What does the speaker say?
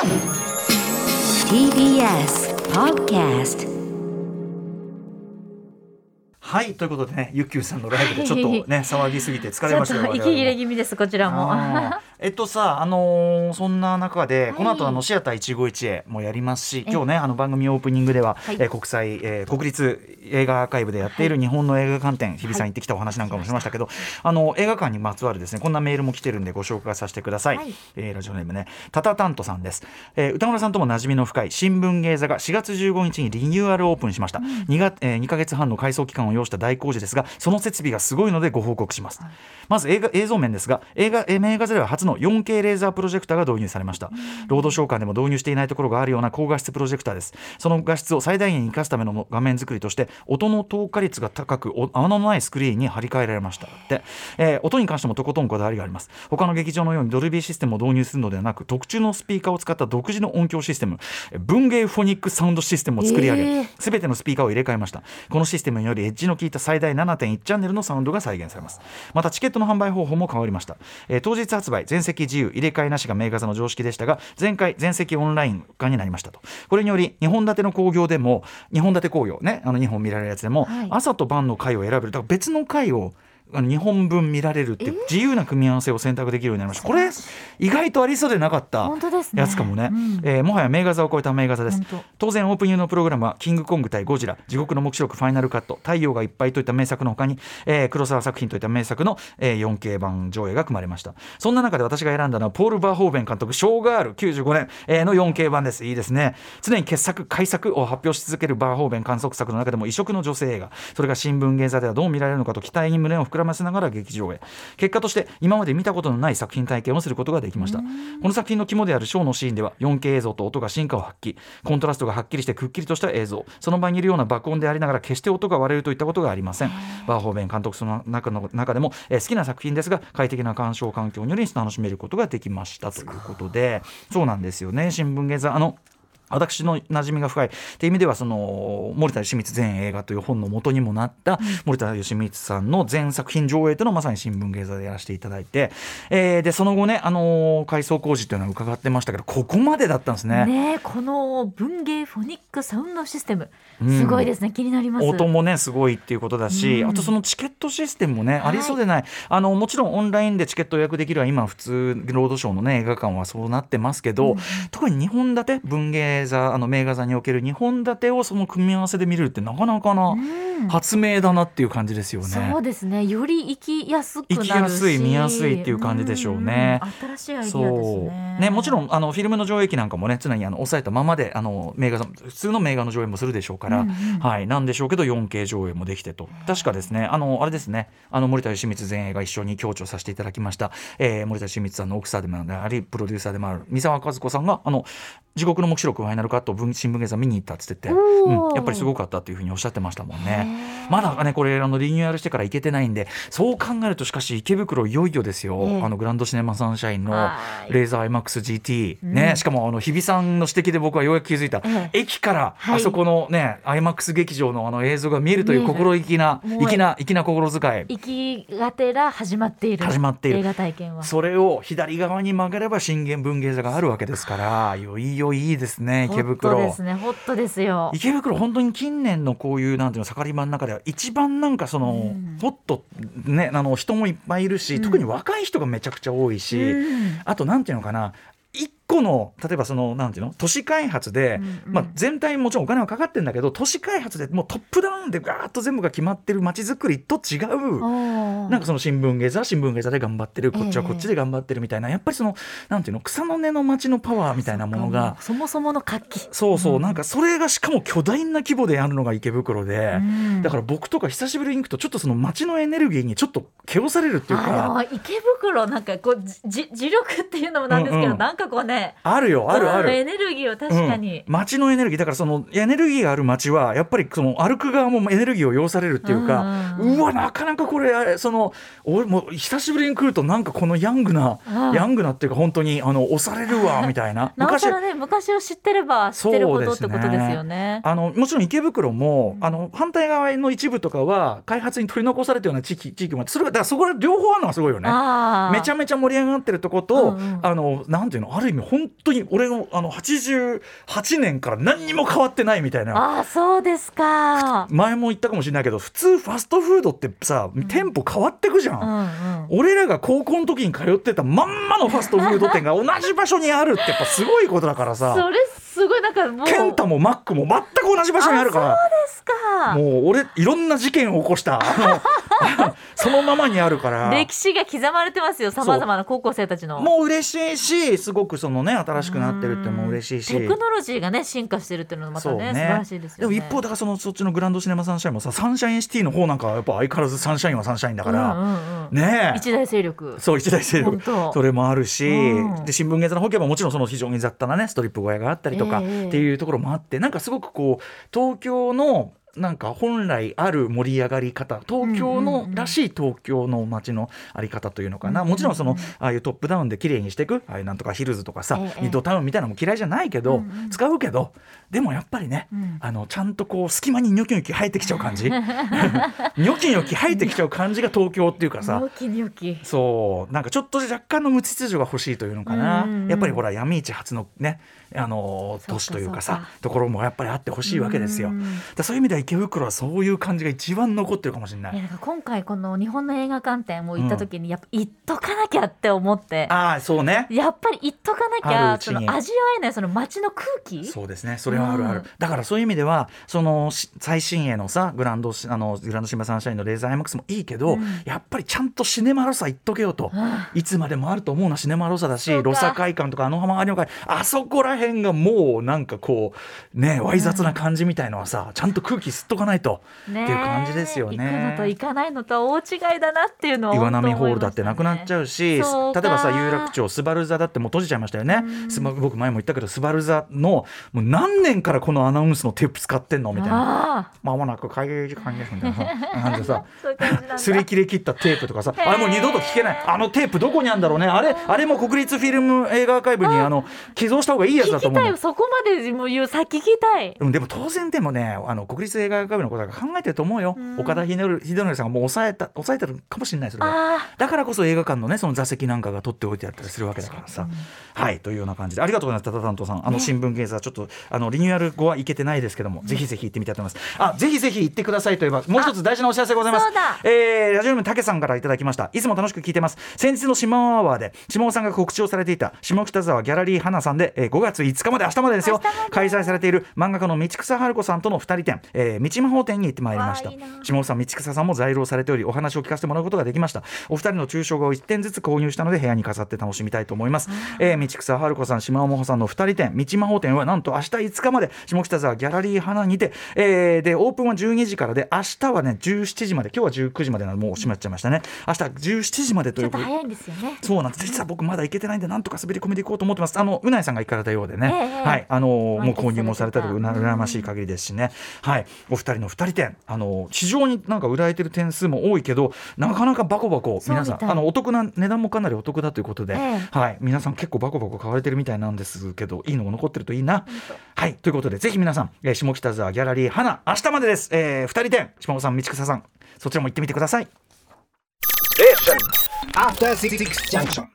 TBS Podcast。 はい、ということでね、ゆっきゅうさんのライブでちょっとね騒ぎすぎて疲れましたよ。 ちょっと息切れ気味です。こちらもさそんな中で、この後シアター一期一会もやりますし、今日ね番組オープニングでは、国立映画アーカイブでやっている日本の映画館展、日比さん行ってきたお話なんかもしましたけど、映画館にまつわるですねこんなメールも来てるんでご紹介させてください。ラジオネームねタタタントさんです。歌村さんとも馴染みの深い新聞芸座が4月15日にリニューアルオープンしました。2ヶ月半の改装期間を要した大工事ですが、その設備がすごいのでご報告します。まず映像面ですが、映画座では初の 4K レーザープロジェクターが導入されました。ロードショー館でも導入していないところがあるような高画質プロジェクターです。その画質を最大限に生かすための画面作りとして、音の透過率が高く穴のないスクリーンに張り替えられました。で、音に関してもとことんこだわりがあります。他の劇場のようにドルビーシステムを導入するのではなく、特注のスピーカーを使った独自の音響システム、文芸フォニックサウンドシステムを作り上げ、全てのスピーカーを入れ替えました。このシステムによりエッジの効いた最大 7.1 チャンネルのサウンドが再現されます。またチケットの販売方法も変わりました。当日発売全席自由入れ替えなしが名画座の常識でしたが、前回全席オンライン化になりましたと。これにより2本立ての興行でも、2本立て興行ね、2本見られるやつでも、朝と晩の回を選べる、だから別の回を2本分見られるっていう自由な組み合わせを選択できるようになりました。これ意外とありそうでなかったやつかもね。もはや名画座を超えた名画座です。当然オープニングのプログラムはキングコング対ゴジラ、地獄の黙示録ファイナルカット、太陽がいっぱいといった名作の他に、黒沢作品といった名作の、4K 版上映が組まれました。そんな中で私が選んだのはポール・バーホーベン監督ショーガール95年、の 4K 版です。いいですね。常に傑作改作を発表し続けるバーホーベン監督作の中でも異色の女性映画、それが新聞芸座ではどう見られるのかと期待に胸を膨らませながら劇場へ。結果として今まで見たことのない作品体験をすることができました。この作品の肝であるショーのシーンでは 4K 映像と音が進化を発揮、コントラストがはっきりしてくっきりとした映像、その場にいるような爆音でありながら決して音が割れるといったことがありません。バーホーベン監督その中でも、好きな作品ですが快適な鑑賞環境により楽しめることができましたということで、そうなんですよね。新聞芸座私の馴染みが深いという意味では、その森田義満全映画という本の元にもなった森田義満さんの全作品上映というのをまさに新聞芸座でやらせていただいて、でその後ね改装工事というのは伺ってましたけど、ここまでだったんですね。 この文芸フォニックサウンドシステムすごいですね。気になります。 音もねすごいっていうことだし、あとそのチケットシステムもね、ありそうでない。もちろんオンラインでチケット予約できるは今普通ロードショーのね映画館はそうなってますけど、特に2本立て文芸座名画座における2本立てをその組み合わせで見るってなかなかな発明だなっていう感じですよね。 そうですね。より行きやすくなるし、 行きやすい見やすいっていう感じでしょうね。 新しいアイディアですね。 もちろんフィルムの上映機なんかもね常に抑えたままで名画座普通の名画の上映もするでしょうから、なんでしょうけど 4K 上映もできてと。確かですねあれですね森田義満前映が一緒に共著させていただきました、森田義満さんの奥さんでもありプロデューサーでもある三沢和子さんが地獄の黙示録ファイナルカット新聞芸座見に行ったっつってて、やっぱりすごかったっていうふうにおっしゃってましたもんね。まだねこれリニューアルしてから行けてないんで、そう考えるとしかし池袋いよいよですよ。グランドシネマサンシャインのレーザー IMAX-GT、ね、しかも日比さんの指摘で僕はようやく気づいた、駅からあそこのね IMAX 劇場の映像が見えるという心意気な心遣い、 行きがてら始まっている映画体験は、 それを左側に曲がれば新文芸座があるわけですから、いよいよいいですね池袋。 ホットですね。ホットですよ池袋。本当に近年のこういうなんていうの盛り場の中では一番なんかその、ホットね人もいっぱいいるし、特に若い人がめちゃくちゃ多いし、あとなんていうのかな、一個の例えばそのなんていうの都市開発で、全体もちろんお金はかかってるんだけど、都市開発でもうトップダウンでガーッと全部が決まってる街づくりと違う、なんかその新聞芸座で頑張ってる、こっちはこっちで頑張ってるみたいな、やっぱりそのなんていうの草の根の街のパワーみたいなものがそもそもの活気、 そう、なんかそれがしかも巨大な規模でやるのが池袋で、だから僕とか久しぶりに行くとちょっとその街のエネルギーにちょっと気をされるっていうか、 池袋なんかこう磁力っていうのもなんですけど、なんかこうねあるよエネルギーを確かに、 街のエネルギーだから、そのエネルギーがある街はやっぱりその歩く側もエネルギーを要されるっていうか、うわなかなかこれ俺も久しぶりに来るとなんかこのヤングなっていうか本当に押されるわみたいな昔を知ってれば知ってることってことですよね。 もちろん池袋も反対側の一部とかは開発に取り残されてるような地域もあって、そこら両方あるのがすごいよね。めちゃめちゃ盛り上がってるとこと、なんていうの、ある意味本当に俺の88年から何にも変わってないみたいな。 あ、そうですか。 前も言ったかもしれないけど、普通ファストフードってさ、店舗変わってくじゃん、俺らが高校の時に通ってたまんまのファストフード店が同じ場所にあるってやっぱすごいことだからさ。 それすごい、なんかもうケンタもマックも全く同じ場所にあるから。 そうですか。 もう俺いろんな事件を起こしたそのままにあるから歴史が刻まれてますよ、さまざまな高校生たちの。 もう嬉しいし、すごくそのね新しくなってるっても嬉しいし、 テクノロジーがね進化してるっていうのもまた ね素晴らしいですよね。 でも一方だからそっちのグランドシネマサンシャインもさ、サンシャインシティの方なんかはやっぱ相変わらずサンシャインはサンシャインだから、ね、 一大勢力。 そう、一大勢力、それもあるし、で新聞芸座の方行けばもちろんその非常に雑多なねストリップ小屋があったりとかっていうところもあって、なんかすごくこう東京のなんか本来ある盛り上がり方、東京のらしい東京の街のあり方というのかな、もちろんそのああいうトップダウンで綺麗にしていく、ああいうなんとかヒルズとかさ、ミッドタウンみたいなのも嫌いじゃないけど、使うけど、でもやっぱりね、ちゃんとこう隙間にニョキニョキ生えてきちゃう感じニョキニョキ生えてきちゃう感じが東京っていうかさ、 ニョキニョキ、 そうなんかちょっと若干の無秩序が欲しいというのかな、やっぱりほら闇市初のね都市というかさところもやっぱりあってほしいわけですよ。だそういう意味では池袋はそういう感じが一番残ってるかもしれない。 なんか今回この日本の映画館展を行った時にやっぱ行っとかなきゃって思って、 ああそうね、 やっぱり行っとかなきゃその味わえないその街の空気。 そうですね、それはあるある、だからそういう意味ではその最新鋭のさグランドシネマサンシャインのレーザー IMAX もいいけど、やっぱりちゃんとシネマロサ行っとけよと、いつまでもあると思うのはシネマロサだし、ロサ会館とか浜有野会、あそこら辺がもうなんかこうねわい雑な感じみたいのはさ、ちゃんと空気吸っとかないとっていう感じですよね。 行くのと行かないのとは大違いだなっていうのを岩波ホールだってなくなっちゃうし、例えばさ有楽町スバル座だってもう閉じちゃいましたよね。僕前も言ったけどスバル座のもう何年からこのアナウンスのテープ使ってんのみたいな、間もなく開業時間ですみたいな感じでさ擦り切れ切ったテープとかさ、あれもう二度と聞けない、あのテープどこにあるんだろうね、あれも国立フィルム映画アーカイブに寄贈した方がいいやつだと思う。 聞きたいよ、そこまでもう言うさ聞きたい。 でも当然でもね国立映画アーカイブのことが考えてると思うよ。岡田秀則さんがもう抑えてるかもしれない。それはだからこそ映画館のねその座席なんかが取っておいてあったりするわけだからさ、はいというような感じでありがとうございます。タタ担当さん新聞芸座ちょっとリニューアル後は行けてないですけども、ぜひぜひ行ってみたいと思います。ぜひぜひ行ってくださいといえばもう一つ大事なお知らせございます。ラジオネームたけさんからいただきました。いつも楽しく聞いてます。先日の島尾アワーで島尾さんが告知をされていた下北沢ギャラリー花さんで、5月5日まで明日までですよ、開催されている漫画家の道草春子さんとの2人展、道魔法展に行ってまいりました。下尾さん道草さんも在廊されておりお話を聞かせてもらうことができました。お二人の抽象画を1点ずつ購入したので部屋に飾って楽しみたいと思います。道草春子さん島尾真帆さんの2人展道魔法展はなんと明日5日まで下北沢ギャラリー花にて、でオープンは12時からで明日はね17時まで、今日は19時までなのでもう閉まっちゃいましたね。明日17時までということでちょっと早いんですよね。 そうなんです。実は僕まだ行けてないんでなんとか滑り込みでいこうと思ってます。うないさんが行かれたようでね、はい、もう購入もされたと羨ましい限りですしね、はい、お二人の2人展非常になんか売られてる点数も多いけどなかなかバコバコ皆さんお得な値段もかなりお得だということで、はい、皆さん結構バコバコ買われてるみたいなんですけどいいのも残ってるといいな。はいということでぜひ皆さん、下北沢ギャラリー花明日までです。2人展島尾さん道草さんそちらも行ってみてください。 After 66 junction